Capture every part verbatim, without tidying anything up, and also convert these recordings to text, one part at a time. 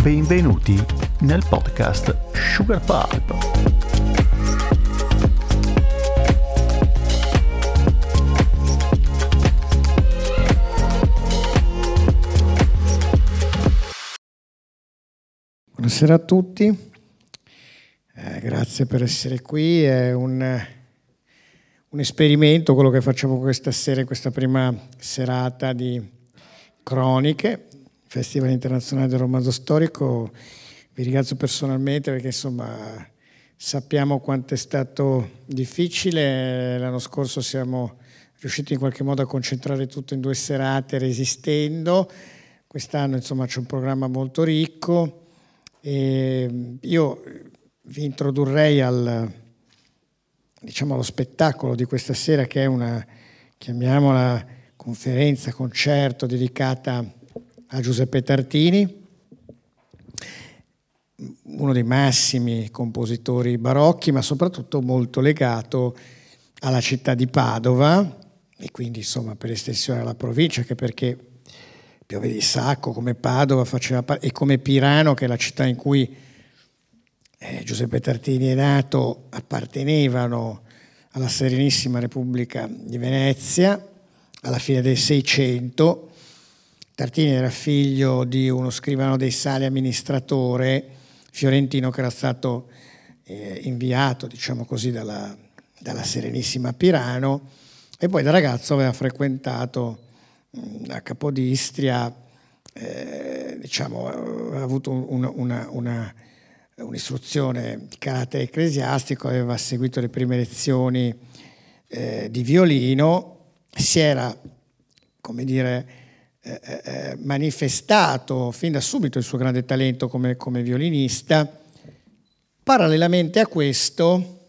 Benvenuti nel podcast Sugar Pulp. Buonasera a tutti, eh, grazie per essere qui. È un, un esperimento quello che facciamo questa sera, questa prima serata di Croniche, Festival Internazionale del Romanzo Storico. Vi ringrazio personalmente perché insomma sappiamo quanto è stato difficile. L'anno scorso siamo riusciti in qualche modo a concentrare tutto in due serate resistendo. Quest'anno insomma c'è un programma molto ricco. E io vi introdurrei al, diciamo, allo spettacolo di questa sera, che è una, chiamiamola, conferenza, concerto dedicata a Giuseppe Tartini, uno dei massimi compositori barocchi, ma soprattutto molto legato alla città di Padova e quindi insomma per estensione alla provincia, che perché piove di sacco come Padova faceva parte, e come Pirano, che è la città in cui eh, Giuseppe Tartini è nato, appartenevano alla Serenissima Repubblica di Venezia alla fine del Seicento. Tartini era figlio di uno scrivano dei Sali amministratore fiorentino che era stato eh, inviato, diciamo così, dalla, dalla Serenissima Pirano, e poi da ragazzo aveva frequentato a Capodistria, eh, diciamo, ha avuto un, una, una, un'istruzione di carattere ecclesiastico, aveva seguito le prime lezioni eh, di violino, si era, come dire, eh, eh, manifestato fin da subito il suo grande talento come, come violinista. Parallelamente a questo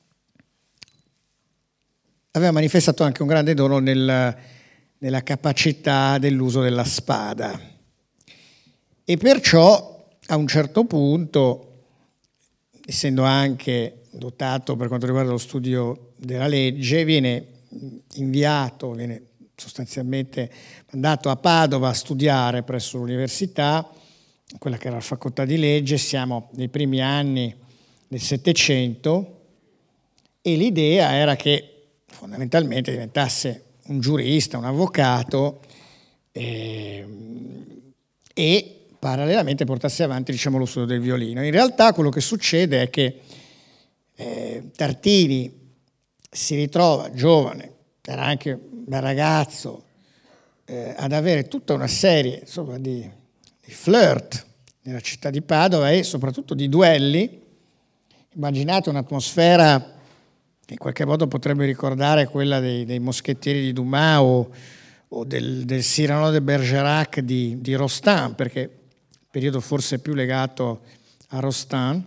aveva manifestato anche un grande dono nel nella capacità dell'uso della spada, e perciò a un certo punto, essendo anche dotato per quanto riguarda lo studio della legge, viene inviato, viene sostanzialmente mandato a Padova a studiare presso l'università, quella che era la facoltà di legge. Siamo nei primi anni del Settecento e l'idea era che fondamentalmente diventasse un giurista, un avvocato, eh, e parallelamente portasse avanti, diciamo, lo studio del violino. In realtà quello che succede è che eh, Tartini si ritrova giovane, era anche un bel ragazzo, eh, ad avere tutta una serie, insomma, di, di flirt nella città di Padova e soprattutto di duelli. Immaginate un'atmosfera che in qualche modo potrebbe ricordare quella dei, dei moschettieri di Dumas o, o del, del Cyrano de Bergerac di, di Rostand, perché periodo forse più legato a Rostand.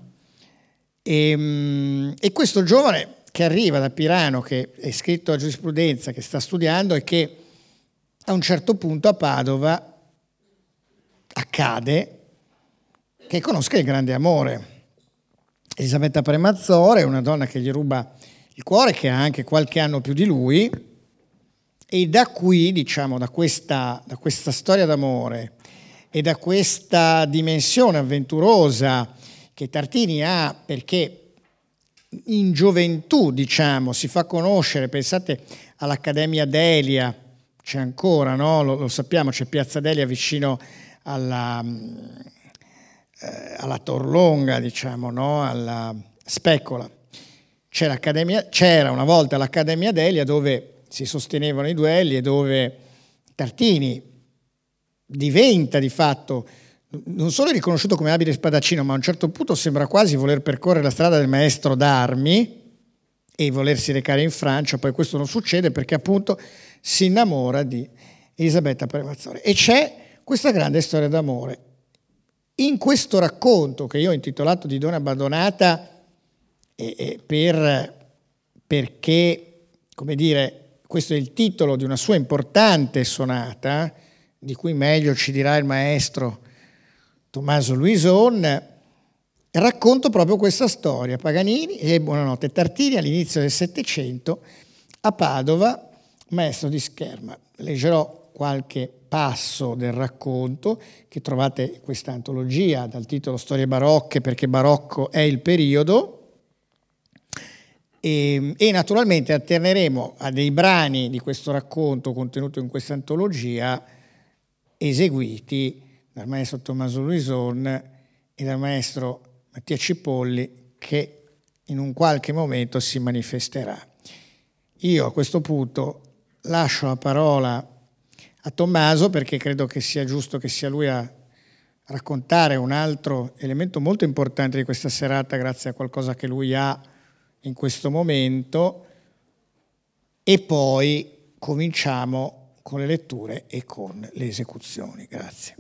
E, e questo giovane che arriva da Pirano, che è iscritto a giurisprudenza, che sta studiando e che a un certo punto a Padova accade che conosca il grande amore. Elisabetta Premazzore è una donna che gli ruba il cuore, che ha anche qualche anno più di lui, e da qui, diciamo, da questa, da questa storia d'amore e da questa dimensione avventurosa che Tartini ha, perché in gioventù, diciamo, si fa conoscere, pensate all'Accademia Delia, c'è ancora, no? Lo, lo sappiamo, c'è Piazza Delia vicino alla, eh, alla Torlonga, diciamo, no? Alla Specola. C'è l'Accademia, c'era una volta l'Accademia Delia dove si sostenevano i duelli e dove Tartini diventa di fatto non solo riconosciuto come abile spadaccino, ma a un certo punto sembra quasi voler percorrere la strada del maestro d'armi e volersi recare in Francia. Poi questo non succede perché appunto si innamora di Elisabetta Premazzore. E c'è questa grande storia d'amore. In questo racconto che io ho intitolato Di donna abbandonata, E, e per, perché, come dire, questo è il titolo di una sua importante sonata, di cui meglio ci dirà il maestro Tommaso Luison, racconto proprio questa storia. Paganini e buonanotte Tartini all'inizio del Settecento a Padova, maestro di scherma. Leggerò qualche passo del racconto che trovate in questa antologia dal titolo Storie barocche, perché barocco è il periodo. E, e naturalmente atterneremo a dei brani di questo racconto contenuto in questa antologia eseguiti dal maestro Tommaso Luison e dal maestro Mattia Cipolli, che in un qualche momento si manifesterà. Io a questo punto lascio la parola a Tommaso, perché credo che sia giusto che sia lui a raccontare un altro elemento molto importante di questa serata, grazie a qualcosa che lui ha in questo momento, e poi cominciamo con le letture e con le esecuzioni. Grazie.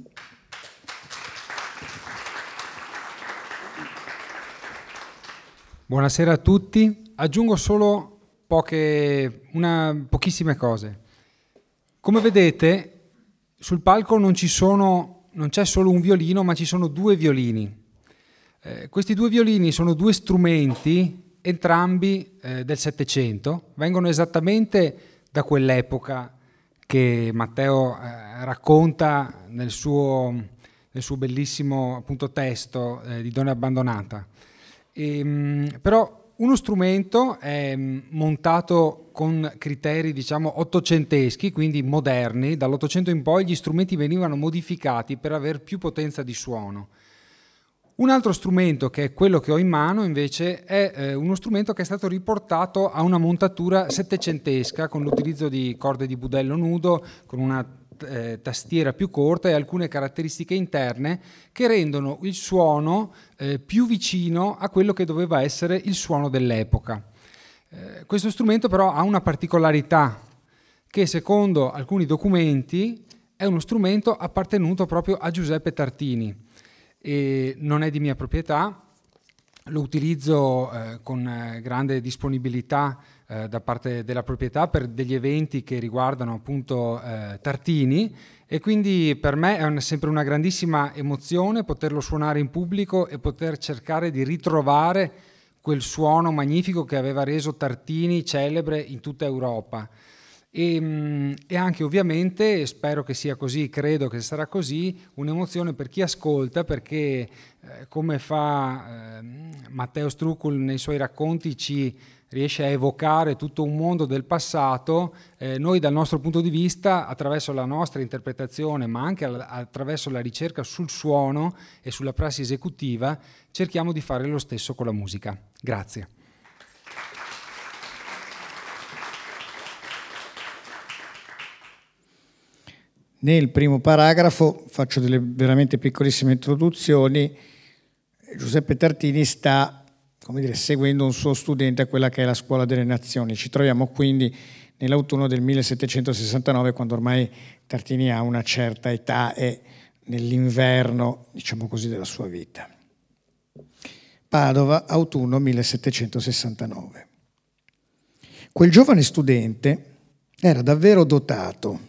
Buonasera a tutti. Aggiungo solo poche, una, pochissime cose. Come vedete, sul palco non ci sono, non c'è solo un violino, ma ci sono due violini. Eh, questi due violini sono due strumenti, entrambi eh, del Settecento, vengono esattamente da quell'epoca che Matteo eh, racconta nel suo, nel suo bellissimo appunto testo eh, di Donna abbandonata. E, mh, però uno strumento è mh, montato con criteri diciamo ottocenteschi, quindi moderni. Dall'Ottocento in poi gli strumenti venivano modificati per avere più potenza di suono. Un altro strumento, che è quello che ho in mano, invece, è eh, uno strumento che è stato riportato a una montatura settecentesca con l'utilizzo di corde di budello nudo, con una eh, tastiera più corta e alcune caratteristiche interne che rendono il suono eh, più vicino a quello che doveva essere il suono dell'epoca. Eh, questo strumento però ha una particolarità, che secondo alcuni documenti è uno strumento appartenuto proprio a Giuseppe Tartini. E non è di mia proprietà, lo utilizzo eh, con eh, grande disponibilità eh, da parte della proprietà per degli eventi che riguardano appunto eh, Tartini, e quindi per me è un, sempre una grandissima emozione poterlo suonare in pubblico e poter cercare di ritrovare quel suono magnifico che aveva reso Tartini celebre in tutta Europa. E, e anche ovviamente, spero che sia così, credo che sarà così, un'emozione per chi ascolta, perché eh, come fa eh, Matteo Struccul nei suoi racconti, ci riesce a evocare tutto un mondo del passato. Eh, noi dal nostro punto di vista, attraverso la nostra interpretazione, ma anche attraverso la ricerca sul suono e sulla prassi esecutiva, cerchiamo di fare lo stesso con la musica. Grazie. Nel primo paragrafo faccio delle veramente piccolissime introduzioni. Giuseppe Tartini sta, come dire, seguendo un suo studente a quella che è la Scuola delle Nazioni. Ci troviamo quindi nell'autunno del millesettecentosessantanove, quando ormai Tartini ha una certa età e nell'inverno, diciamo così, della sua vita. Padova, autunno millesettecentosessantanove. Quel giovane studente era davvero dotato.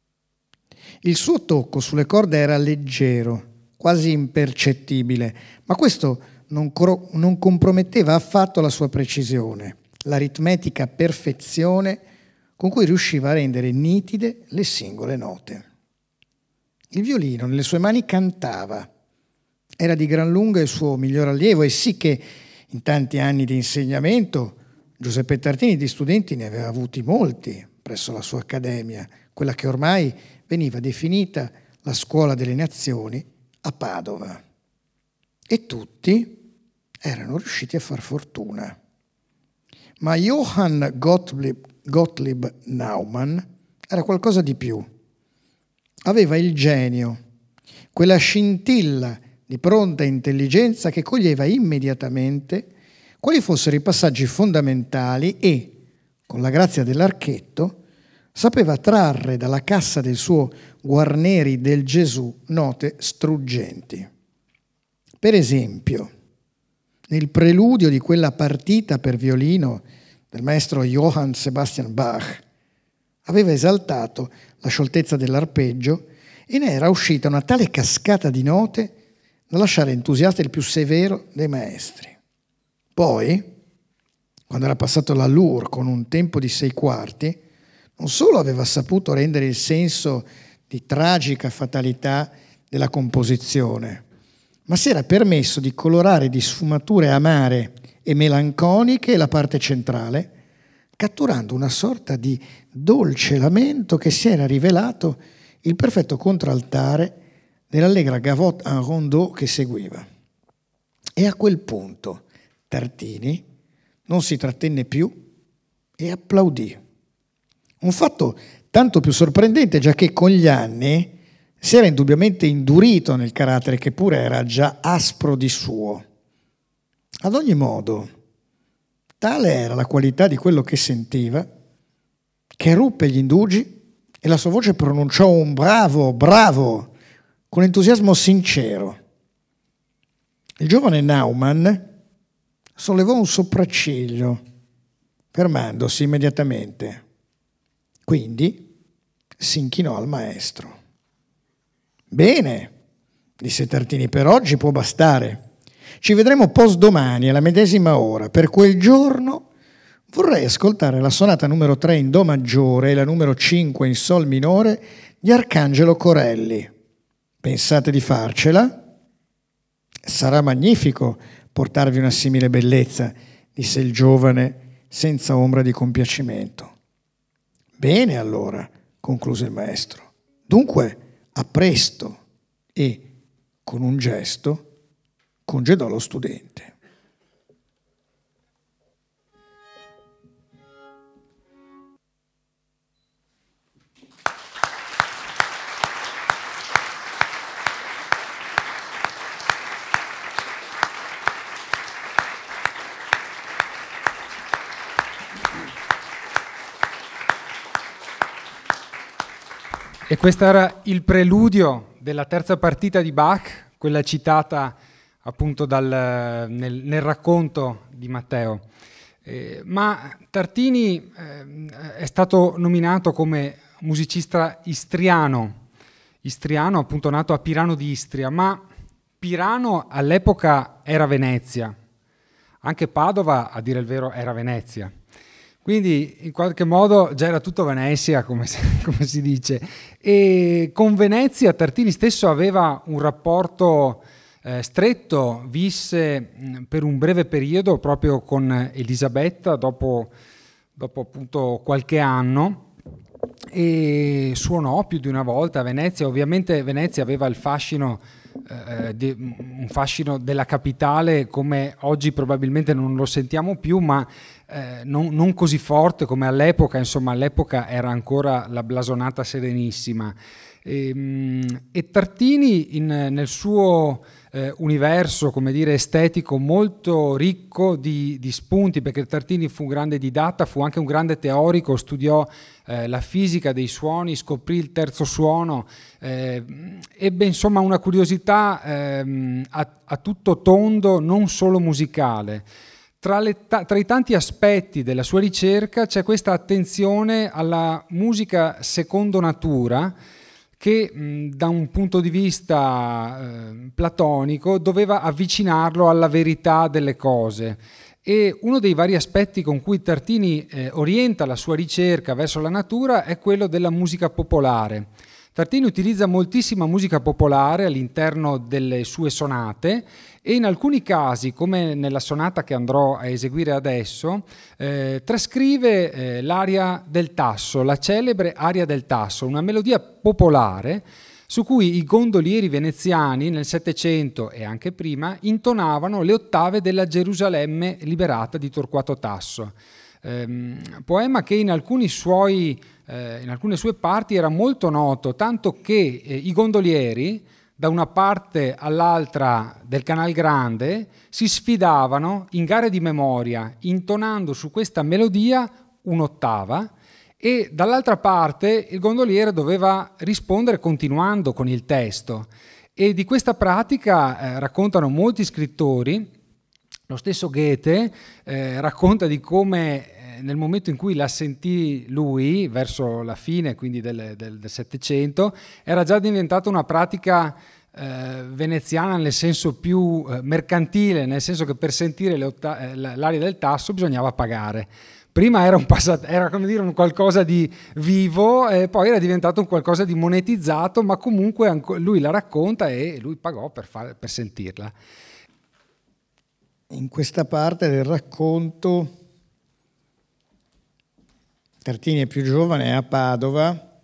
Il suo tocco sulle corde era leggero, quasi impercettibile, ma questo non, cro- non comprometteva affatto la sua precisione, l'aritmetica perfezione con cui riusciva a rendere nitide le singole note. Il violino nelle sue mani cantava. Era di gran lunga il suo miglior allievo, e sì che in tanti anni di insegnamento Giuseppe Tartini di studenti ne aveva avuti molti presso la sua accademia, quella che ormai veniva definita la Scuola delle Nazioni a Padova. E tutti erano riusciti a far fortuna. Ma Johann Gottlieb, Gottlieb Naumann era qualcosa di più. Aveva il genio, quella scintilla di pronta intelligenza che coglieva immediatamente quali fossero i passaggi fondamentali e, con la grazia dell'archetto, sapeva trarre dalla cassa del suo Guarneri del Gesù note struggenti. Per esempio, nel preludio di quella partita per violino del maestro Johann Sebastian Bach, aveva esaltato la scioltezza dell'arpeggio e ne era uscita una tale cascata di note da lasciare entusiasta il più severo dei maestri. Poi, quando era passato l'allure con un tempo di sei quarti, non solo aveva saputo rendere il senso di tragica fatalità della composizione, ma si era permesso di colorare di sfumature amare e melanconiche la parte centrale, catturando una sorta di dolce lamento che si era rivelato il perfetto contraltare dell'allegra gavotte en rondeau che seguiva. E a quel punto Tartini non si trattenne più e applaudì. Un fatto tanto più sorprendente, giacché con gli anni si era indubbiamente indurito nel carattere, che pure era già aspro di suo. Ad ogni modo, tale era la qualità di quello che sentiva, che ruppe gli indugi e la sua voce pronunciò un bravo, bravo, con entusiasmo sincero. Il giovane Naumann sollevò un sopracciglio, fermandosi immediatamente. Quindi si inchinò al maestro. «Bene», disse Tartini, «per oggi può bastare. Ci vedremo postdomani alla medesima ora. Per quel giorno vorrei ascoltare la sonata numero tre in Do maggiore e la numero cinque in Sol minore di Arcangelo Corelli. Pensate di farcela?» «Sarà magnifico portarvi una simile bellezza», disse il giovane senza ombra di compiacimento. «Bene allora», concluse il maestro. «Dunque, a presto», e, con un gesto, congedò lo studente. E questo era il preludio della terza partita di Bach, quella citata appunto dal, nel, nel racconto di Matteo. Eh, ma Tartini eh, è stato nominato come musicista istriano, istriano appunto nato a Pirano di Istria, ma Pirano all'epoca era Venezia, anche Padova, a dire il vero, era Venezia. Quindi in qualche modo già era tutto Venezia, come si, come si dice. E con Venezia Tartini stesso aveva un rapporto eh, stretto, visse mh, per un breve periodo proprio con Elisabetta, dopo, dopo appunto qualche anno, e suonò più di una volta a Venezia. Ovviamente Venezia aveva il fascino, eh, di, un fascino della capitale come oggi probabilmente non lo sentiamo più, ma eh, non, non così forte come all'epoca. Insomma, all'epoca era ancora la blasonata Serenissima. E, e Tartini in, nel suo eh, universo, come dire, estetico molto ricco di, di spunti, perché Tartini fu un grande didatta, fu anche un grande teorico, studiò eh, la fisica dei suoni, scoprì il terzo suono, eh, ebbe insomma una curiosità eh, a, a tutto tondo, non solo musicale. Tra, le ta- tra i tanti aspetti della sua ricerca c'è questa attenzione alla musica secondo natura, che mh, da un punto di vista eh, platonico doveva avvicinarlo alla verità delle cose. E uno dei vari aspetti con cui Tartini eh, orienta la sua ricerca verso la natura è quello della musica popolare. Tartini utilizza moltissima musica popolare all'interno delle sue sonate e in alcuni casi, come nella sonata che andrò a eseguire adesso, eh, trascrive eh, l'aria del tasso, la celebre aria del tasso, una melodia popolare su cui i gondolieri veneziani nel Settecento e anche prima intonavano le ottave della Gerusalemme liberata di Torquato Tasso. Eh, poema che in alcuni suoi Eh, in alcune sue parti era molto noto, tanto che eh, i gondolieri da una parte all'altra del Canal Grande si sfidavano in gare di memoria, intonando su questa melodia un'ottava, e dall'altra parte il gondoliere doveva rispondere continuando con il testo. E di questa pratica eh, raccontano molti scrittori. Lo stesso Goethe eh, racconta di come nel momento in cui la sentì lui, verso la fine quindi del, del, del Settecento, era già diventata una pratica eh, veneziana nel senso più eh, mercantile, nel senso che per sentire le otta- eh, l'aria del tasso bisognava pagare. prima era un passat- era come dire un qualcosa di vivo e poi era diventato un qualcosa di monetizzato, ma comunque anco- lui la racconta e lui pagò per, far- per sentirla. In questa parte del racconto Tartini è più giovane, è a Padova.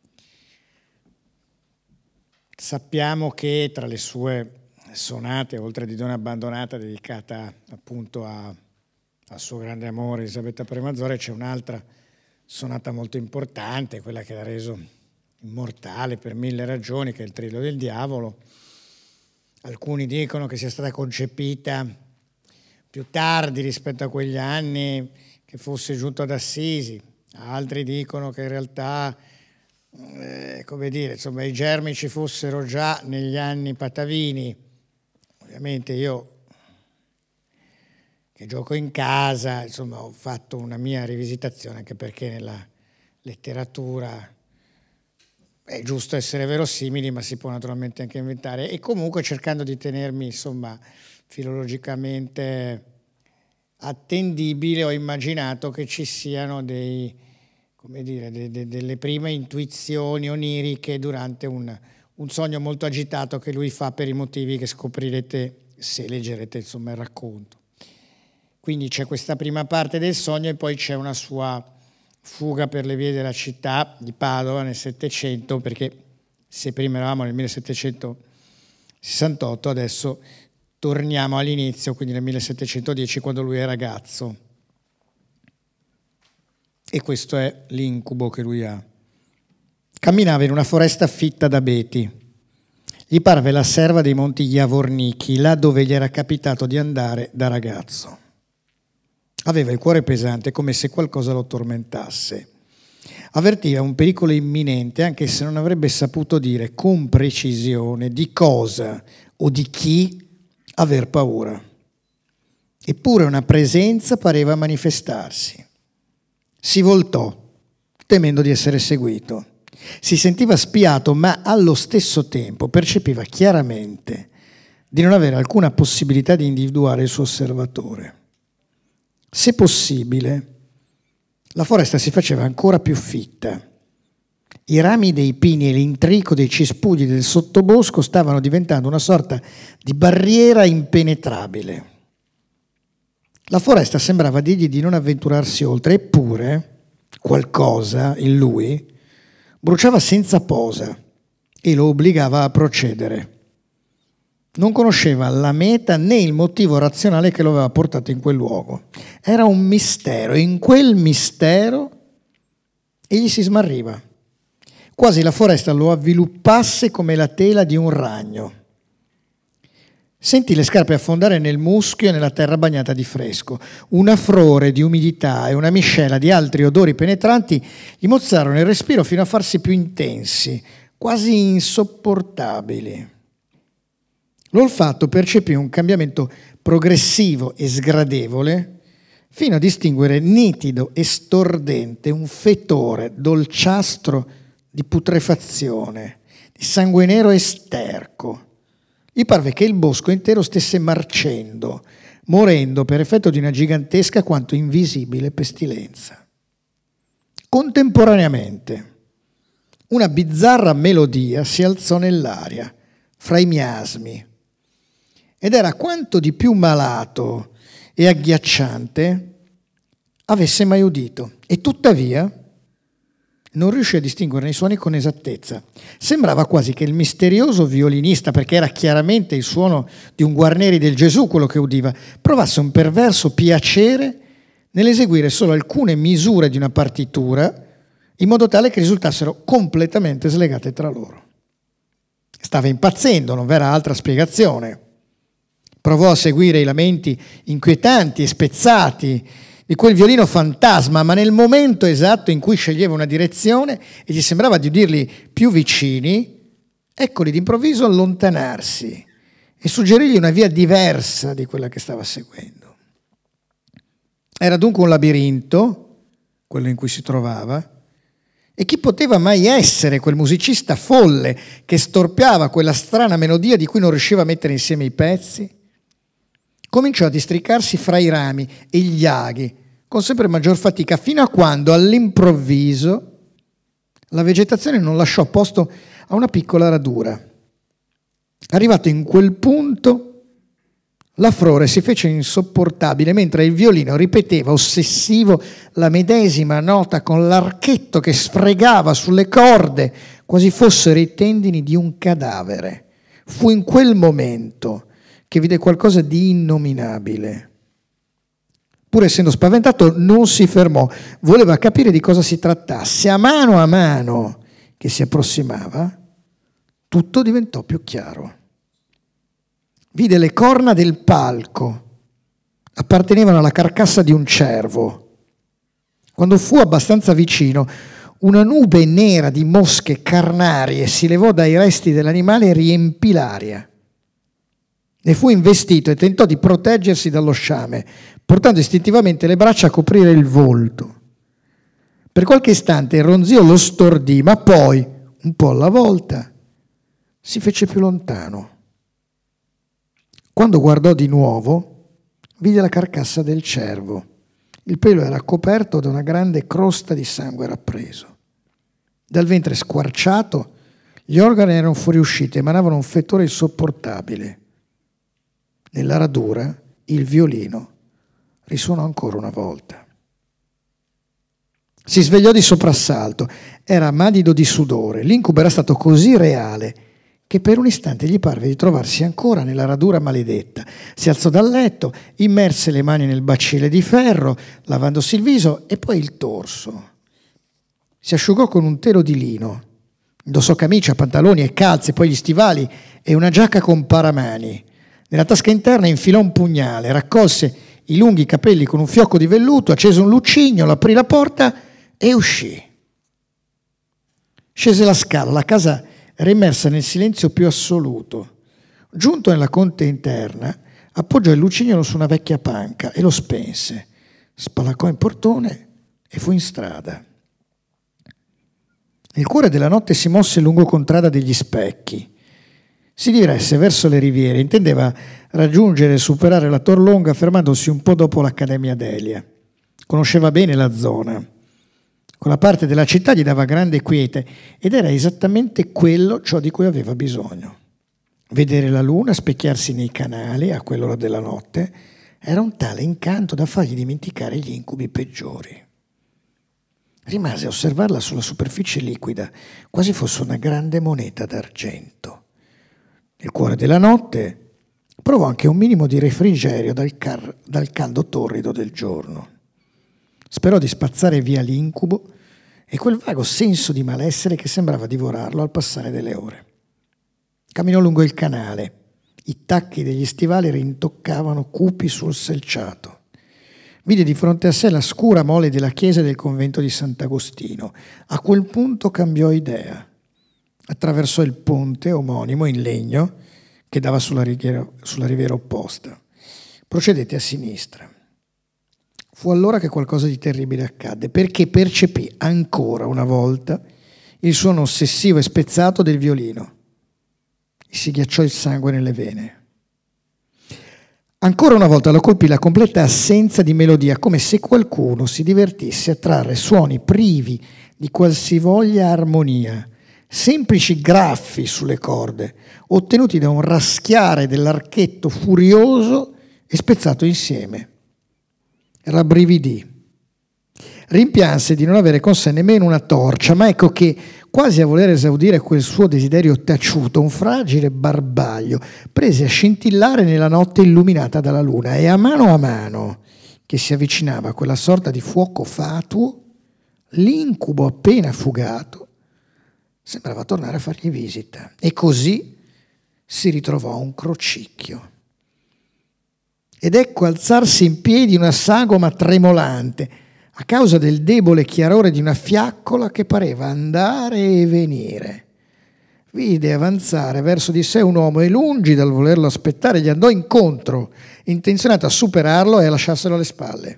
Sappiamo che tra le sue sonate, oltre di Donna abbandonata, dedicata appunto a, al suo grande amore Elisabetta Premazzore, c'è un'altra sonata molto importante, quella che l'ha reso immortale per mille ragioni, che è il Trillo del Diavolo. Alcuni dicono che sia stata concepita più tardi rispetto a quegli anni, che fosse giunto ad Assisi. Altri dicono che in realtà, eh, come dire, insomma, i germi ci fossero già negli anni patavini. Ovviamente io, che gioco in casa, insomma, ho fatto una mia rivisitazione, anche perché nella letteratura è giusto essere verosimili, ma si può naturalmente anche inventare. E comunque cercando di tenermi, insomma, filologicamente attendibile, ho immaginato che ci siano dei, come dire, de, de, delle prime intuizioni oniriche durante un, un sogno molto agitato che lui fa per i motivi che scoprirete se leggerete, insomma, il racconto. Quindi c'è questa prima parte del sogno e poi c'è una sua fuga per le vie della città di Padova nel Settecento, perché se prima eravamo nel millesettecentosessantotto, adesso torniamo all'inizio, quindi nel millesettecentodieci, quando lui è ragazzo. E questo è l'incubo che lui ha. Camminava in una foresta fitta d'abeti. Gli parve la serva dei monti Iavornichi, là dove gli era capitato di andare da ragazzo. Aveva il cuore pesante, come se qualcosa lo tormentasse. Avvertiva un pericolo imminente, anche se non avrebbe saputo dire con precisione di cosa o di chi aver paura. Eppure una presenza pareva manifestarsi. Si voltò, temendo di essere seguito. Si sentiva spiato, ma allo stesso tempo percepiva chiaramente di non avere alcuna possibilità di individuare il suo osservatore. Se possibile, la foresta si faceva ancora più fitta. I rami dei pini e l'intrico dei cespugli del sottobosco stavano diventando una sorta di barriera impenetrabile. La foresta sembrava dirgli di non avventurarsi oltre, eppure qualcosa in lui bruciava senza posa e lo obbligava a procedere. Non conosceva la meta né il motivo razionale che lo aveva portato in quel luogo. Era un mistero e in quel mistero egli si smarriva. Quasi la foresta lo avviluppasse come la tela di un ragno. Sentì le scarpe affondare nel muschio e nella terra bagnata di fresco. Un affrore di umidità e una miscela di altri odori penetranti gli mozzarono il respiro fino a farsi più intensi, quasi insopportabili. L'olfatto percepì un cambiamento progressivo e sgradevole fino a distinguere nitido e stordente un fetore dolciastro di putrefazione, di sangue nero e sterco. Gli parve che il bosco intero stesse marcendo, morendo per effetto di una gigantesca quanto invisibile pestilenza. Contemporaneamente, una bizzarra melodia si alzò nell'aria, fra i miasmi, ed era quanto di più malato e agghiacciante avesse mai udito, e tuttavia non riuscì a distinguerne i suoni con esattezza. Sembrava quasi che il misterioso violinista, perché era chiaramente il suono di un Guarneri del Gesù quello che udiva, provasse un perverso piacere nell'eseguire solo alcune misure di una partitura in modo tale che risultassero completamente slegate tra loro. Stava impazzendo, non v'era altra spiegazione. Provò a seguire i lamenti inquietanti e spezzati di quel violino fantasma, ma nel momento esatto in cui sceglieva una direzione e gli sembrava di udirli più vicini, eccoli d'improvviso allontanarsi e suggerirgli una via diversa di quella che stava seguendo. Era dunque un labirinto, quello in cui si trovava, e chi poteva mai essere quel musicista folle che storpiava quella strana melodia di cui non riusciva a mettere insieme i pezzi? Cominciò a districarsi fra i rami e gli aghi, con sempre maggior fatica, fino a quando all'improvviso la vegetazione non lasciò posto a una piccola radura. Arrivato in quel punto, l'affrore si fece insopportabile mentre il violino ripeteva ossessivo la medesima nota con l'archetto che sfregava sulle corde quasi fossero i tendini di un cadavere. Fu in quel momento che vide qualcosa di innominabile. Pur essendo spaventato, non si fermò, voleva capire di cosa si trattasse. A mano a mano che si approssimava, tutto diventò più chiaro. Vide le corna del palco, appartenevano alla carcassa di un cervo. Quando fu abbastanza vicino, una nube nera di mosche carnarie si levò dai resti dell'animale e riempì l'aria. Ne fu investito e tentò di proteggersi dallo sciame, portando istintivamente le braccia a coprire il volto. Per qualche istante il ronzio lo stordì, ma poi, un po' alla volta, si fece più lontano. Quando guardò di nuovo, vide la carcassa del cervo. Il pelo era coperto da una grande crosta di sangue rappreso. Dal ventre squarciato, gli organi erano fuoriusciti e emanavano un fetore insopportabile. Nella radura, il violino risuonò ancora una volta. Si svegliò di soprassalto. Era manido di sudore. L'incubo era stato così reale che per un istante gli parve di trovarsi ancora nella radura maledetta. Si alzò dal letto, immerse le mani nel bacile di ferro, lavandosi il viso e poi il torso. Si asciugò con un telo di lino. Indossò camicia, pantaloni e calze, poi gli stivali e una giacca con paramani. Nella tasca interna infilò un pugnale, raccolse i lunghi capelli con un fiocco di velluto, accese un lucignolo, aprì la porta e uscì. Scese la scala, la casa era immersa nel silenzio più assoluto. Giunto nella conte interna, appoggiò il lucignolo su una vecchia panca e lo spense. Spalancò in portone e fu in strada. Nel cuore della notte si mosse lungo contrada degli Specchi. Si diresse verso le riviere, intendeva raggiungere e superare la Torlonga fermandosi un po' dopo l'Accademia Delia. Conosceva bene la zona. Quella parte della città gli dava grande quiete ed era esattamente quello ciò di cui aveva bisogno. Vedere la luna specchiarsi nei canali a quell'ora della notte era un tale incanto da fargli dimenticare gli incubi peggiori. Rimase a osservarla sulla superficie liquida, quasi fosse una grande moneta d'argento. Nel cuore della notte provò anche un minimo di refrigerio dal, car- dal caldo torrido del giorno. Sperò di spazzare via l'incubo e quel vago senso di malessere che sembrava divorarlo al passare delle ore. Camminò lungo il canale. I tacchi degli stivali rintoccavano cupi sul selciato. Vide di fronte a sé la scura mole della chiesa del convento di Sant'Agostino. A quel punto cambiò idea. Attraversò il ponte omonimo in legno che dava sulla riviera, sulla riviera opposta. Procedette a sinistra. Fu allora che qualcosa di terribile accadde, perché percepì ancora una volta il suono ossessivo e spezzato del violino. E si ghiacciò il sangue nelle vene. Ancora una volta lo colpì la completa assenza di melodia, come se qualcuno si divertisse a trarre suoni privi di qualsivoglia armonia, semplici graffi sulle corde, ottenuti da un raschiare dell'archetto furioso e spezzato insieme. Rabbrividì. Rimpianse di non avere con sé nemmeno una torcia, ma ecco che, quasi a voler esaudire quel suo desiderio taciuto, un fragile barbaglio prese a scintillare nella notte illuminata dalla luna e a mano a mano che si avvicinava a quella sorta di fuoco fatuo, l'incubo appena fugato sembrava tornare a fargli visita. E così si ritrovò a un crocicchio. Ed ecco alzarsi in piedi una sagoma tremolante, a causa del debole chiarore di una fiaccola che pareva andare e venire. Vide avanzare verso di sé un uomo e, lungi dal volerlo aspettare, gli andò incontro, intenzionato a superarlo e a lasciarselo alle spalle.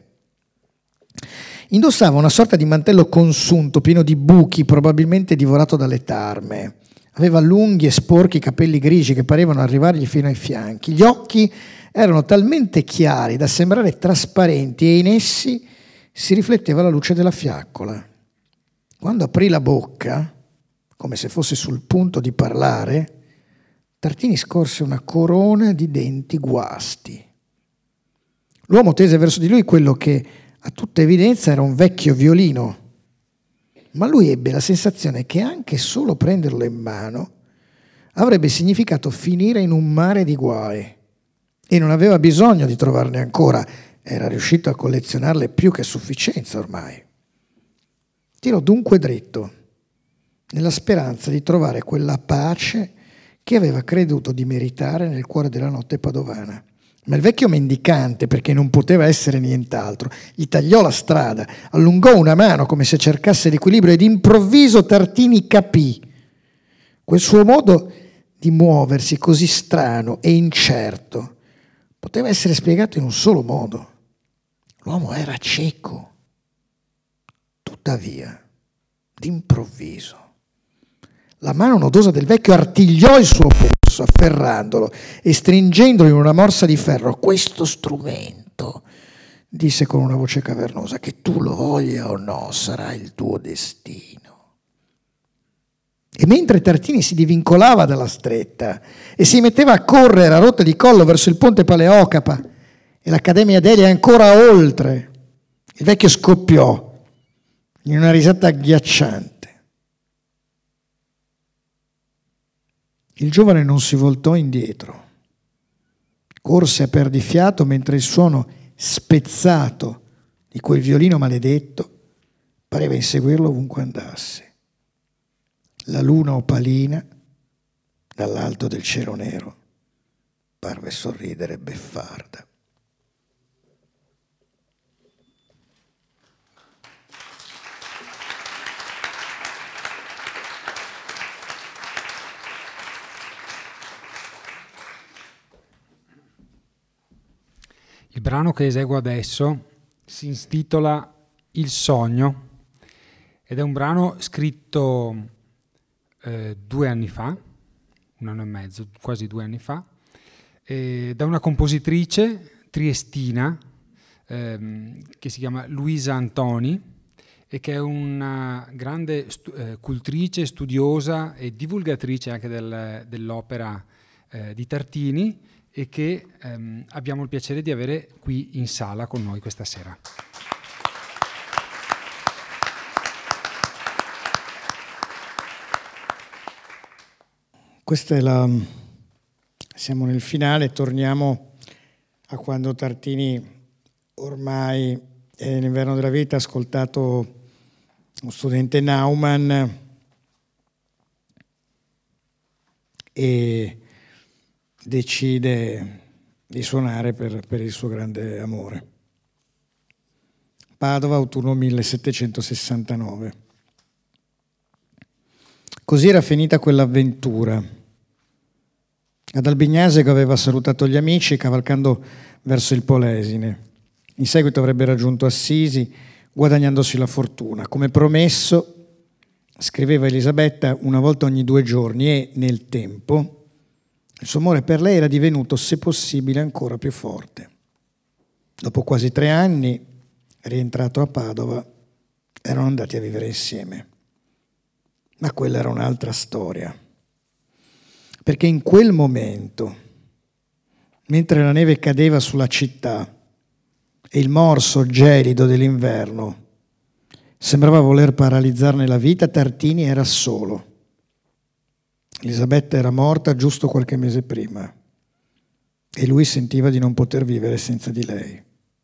Indossava una sorta di mantello consunto, pieno di buchi, probabilmente divorato dalle tarme. Aveva lunghi e sporchi capelli grigi che parevano arrivargli fino ai fianchi. Gli occhi erano talmente chiari da sembrare trasparenti e in essi si rifletteva la luce della fiaccola. Quando aprì la bocca, come se fosse sul punto di parlare, Tartini scorse una corona di denti guasti. L'uomo tese verso di lui quello che a tutta evidenza era un vecchio violino, ma lui ebbe la sensazione che anche solo prenderlo in mano avrebbe significato finire in un mare di guai, e non aveva bisogno di trovarne ancora, era riuscito a collezionarle più che a sufficienza ormai. Tirò dunque dritto, nella speranza di trovare quella pace che aveva creduto di meritare nel cuore della notte padovana. Ma il vecchio mendicante, perché non poteva essere nient'altro, gli tagliò la strada, allungò una mano come se cercasse l'equilibrio e d'improvviso Tartini capì. Quel suo modo di muoversi così strano e incerto poteva essere spiegato in un solo modo. L'uomo era cieco. Tuttavia, d'improvviso, la mano nodosa del vecchio artigliò il suo polso, afferrandolo e stringendolo in una morsa di ferro. Questo strumento, disse con una voce cavernosa, che tu lo voglia o no, sarà il tuo destino. E mentre Tartini si divincolava dalla stretta e si metteva a correre a rotta di collo verso il ponte Paleocapa e l'Accademia Delia ancora oltre, il vecchio scoppiò in una risata agghiacciante. Il giovane non si voltò indietro. Corse a perdifiato mentre il suono spezzato di quel violino maledetto pareva inseguirlo ovunque andasse. La luna opalina, dall'alto del cielo nero, parve sorridere beffarda. Il brano che eseguo adesso si intitola Il sogno ed è un brano scritto eh, due anni fa, un anno e mezzo, quasi due anni fa, eh, da una compositrice triestina ehm, che si chiama Luisa Antoni e che è una grande stu- eh, cultrice, studiosa e divulgatrice anche del, dell'opera eh, di Tartini, e che ehm, abbiamo il piacere di avere qui in sala con noi questa sera. Questa è la... Siamo nel finale, torniamo a quando Tartini ormai è nell'inverno della vita, ha ascoltato uno studente Naumann e decide di suonare per, per il suo grande amore. Padova, autunno millesettecentosessantanove. Così era finita quell'avventura. Ad Albignasego aveva salutato gli amici cavalcando verso il Polesine. In seguito avrebbe raggiunto Assisi, guadagnandosi la fortuna. Come promesso, scriveva Elisabetta una volta ogni due giorni e, nel tempo, il suo amore per lei era divenuto, se possibile, ancora più forte. Dopo quasi tre anni, rientrato a Padova, erano andati a vivere insieme. Ma quella era un'altra storia. Perché in quel momento, mentre la neve cadeva sulla città e il morso gelido dell'inverno sembrava voler paralizzarne la vita, Tartini era solo. Elisabetta era morta giusto qualche mese prima e lui sentiva di non poter vivere senza di lei.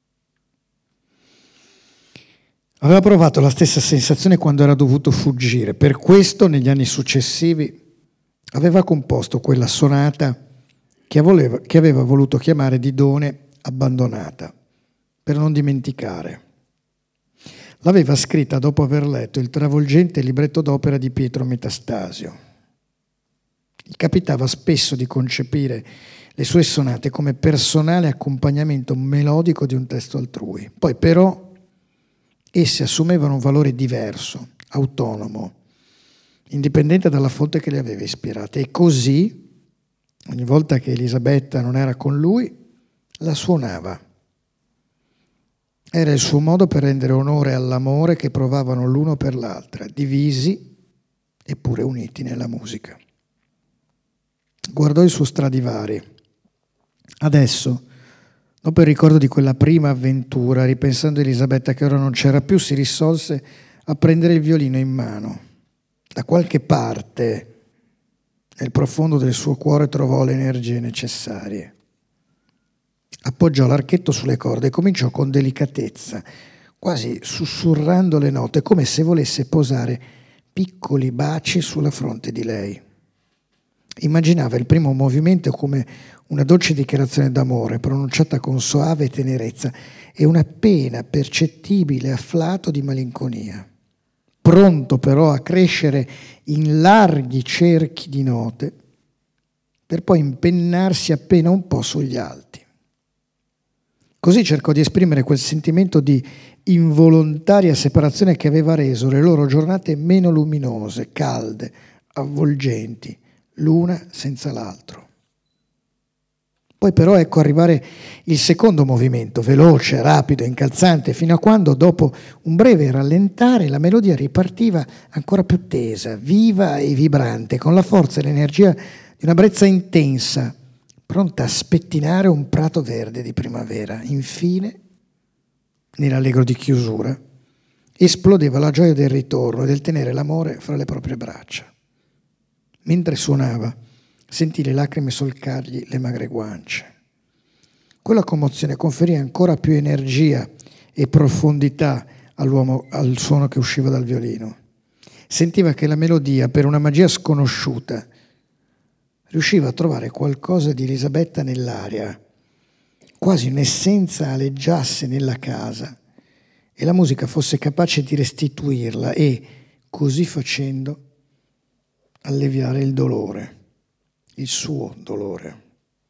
Aveva provato la stessa sensazione quando era dovuto fuggire. Per questo, negli anni successivi, aveva composto quella sonata che aveva, che aveva voluto chiamare Didone abbandonata, per non dimenticare. L'aveva scritta dopo aver letto il travolgente libretto d'opera di Pietro Metastasio. Gli capitava spesso di concepire le sue sonate come personale accompagnamento melodico di un testo altrui. Poi però esse assumevano un valore diverso, autonomo, indipendente dalla fonte che le aveva ispirate. E così, ogni volta che Elisabetta non era con lui, la suonava. Era il suo modo per rendere onore all'amore che provavano l'uno per l'altra, divisi eppure uniti nella musica. Guardò il suo Stradivari. Adesso, dopo il ricordo di quella prima avventura, ripensando a Elisabetta che ora non c'era più, si risolse a prendere il violino in mano. Da qualche parte, nel profondo del suo cuore, trovò le energie necessarie. Appoggiò l'archetto sulle corde e cominciò con delicatezza, quasi sussurrando le note, come se volesse posare piccoli baci sulla fronte di lei. Immaginava il primo movimento come una dolce dichiarazione d'amore pronunciata con soave tenerezza e un appena percettibile afflato di malinconia, pronto però a crescere in larghi cerchi di note per poi impennarsi appena un po' sugli alti. Così cercò di esprimere quel sentimento di involontaria separazione che aveva reso le loro giornate meno luminose, calde, avvolgenti, l'una senza l'altro. Poi però ecco arrivare il secondo movimento, veloce, rapido, incalzante, fino a quando, dopo un breve rallentare, la melodia ripartiva ancora più tesa, viva e vibrante, con la forza e l'energia di una brezza intensa, pronta a spettinare un prato verde di primavera. Infine, nell'allegro di chiusura, esplodeva la gioia del ritorno e del tenere l'amore fra le proprie braccia. Mentre suonava, sentì le lacrime solcargli le magre guance. Quella commozione conferì ancora più energia e profondità all'uomo, al suono che usciva dal violino. Sentiva che la melodia, per una magia sconosciuta, riusciva a trovare qualcosa di Elisabetta nell'aria, quasi un'essenza aleggiasse nella casa e la musica fosse capace di restituirla e, così facendo, alleviare il dolore, il suo dolore.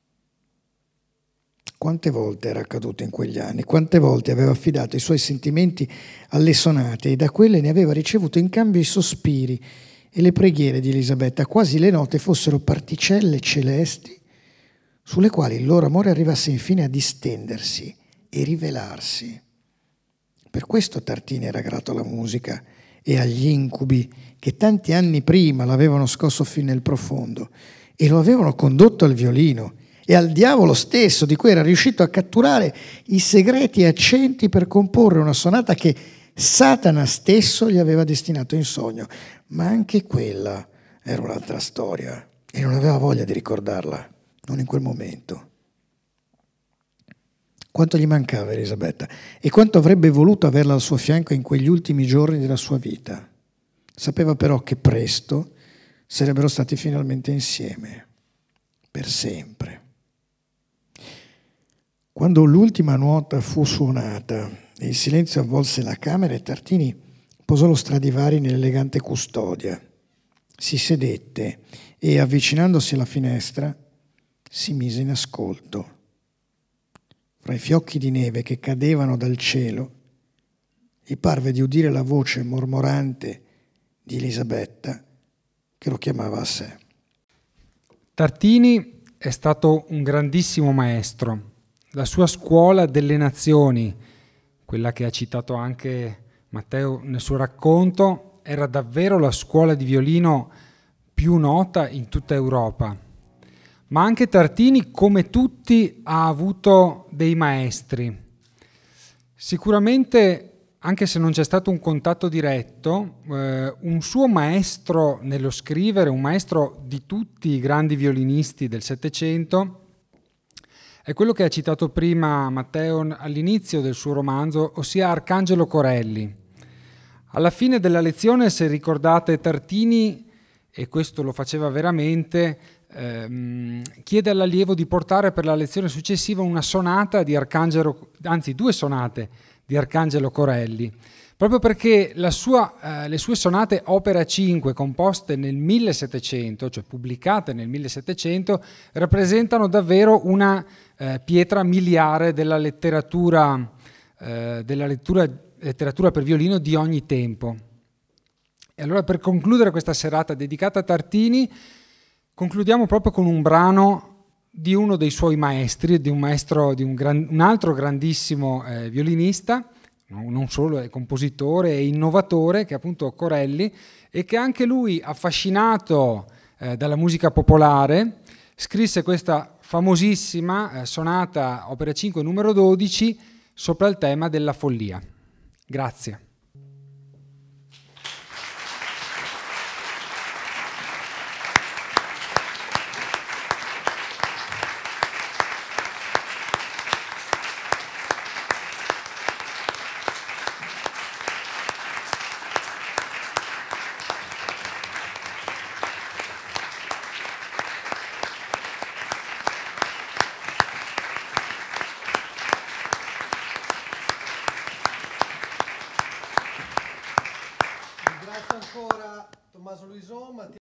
Quante volte era accaduto in quegli anni, quante volte aveva affidato i suoi sentimenti alle sonate e da quelle ne aveva ricevuto in cambio i sospiri e le preghiere di Elisabetta, quasi le note fossero particelle celesti sulle quali il loro amore arrivasse infine a distendersi e rivelarsi. Per questo Tartini era grato alla musica e agli incubi che tanti anni prima l'avevano scosso fin nel profondo e lo avevano condotto al violino e al diavolo stesso, di cui era riuscito a catturare i segreti accenti per comporre una sonata che Satana stesso gli aveva destinato in sogno. Ma anche quella era un'altra storia e non aveva voglia di ricordarla, non in quel momento. Quanto gli mancava Elisabetta e quanto avrebbe voluto averla al suo fianco in quegli ultimi giorni della sua vita. Sapeva però che presto sarebbero stati finalmente insieme, per sempre. Quando l'ultima nota fu suonata e il silenzio avvolse la camera, Tartini posò lo Stradivari nell'elegante custodia, si sedette e, avvicinandosi alla finestra, si mise in ascolto. Fra i fiocchi di neve che cadevano dal cielo, gli parve di udire la voce mormorante di Elisabetta che lo chiamava a sé. Tartini è stato un grandissimo maestro. La sua scuola delle nazioni, quella che ha citato anche Matteo nel suo racconto, era davvero la scuola di violino più nota in tutta Europa. Ma anche Tartini, come tutti, ha avuto dei maestri. Sicuramente, anche se non c'è stato un contatto diretto, eh, un suo maestro nello scrivere, un maestro di tutti i grandi violinisti del Settecento, è quello che ha citato prima Matteo all'inizio del suo romanzo, ossia Arcangelo Corelli. Alla fine della lezione, se ricordate, Tartini, e questo lo faceva veramente, ehm, chiede all'allievo di portare per la lezione successiva una sonata di Arcangelo, anzi due sonate di Arcangelo Corelli, proprio perché la sua, eh, le sue sonate opera cinque, composte nel millesettecento, cioè pubblicate nel millesettecento, rappresentano davvero una eh, pietra miliare della letteratura, eh, della lettura, letteratura per violino di ogni tempo. E allora, per concludere questa serata dedicata a Tartini, concludiamo proprio con un brano di uno dei suoi maestri, di un maestro, di un, gran, un altro grandissimo eh, violinista, no, non solo è compositore e innovatore, che è appunto Corelli, e che anche lui, affascinato eh, dalla musica popolare, scrisse questa famosissima eh, sonata opera cinque numero dodici sopra il tema della follia. Grazie. Grazie ancora Tommaso Luison.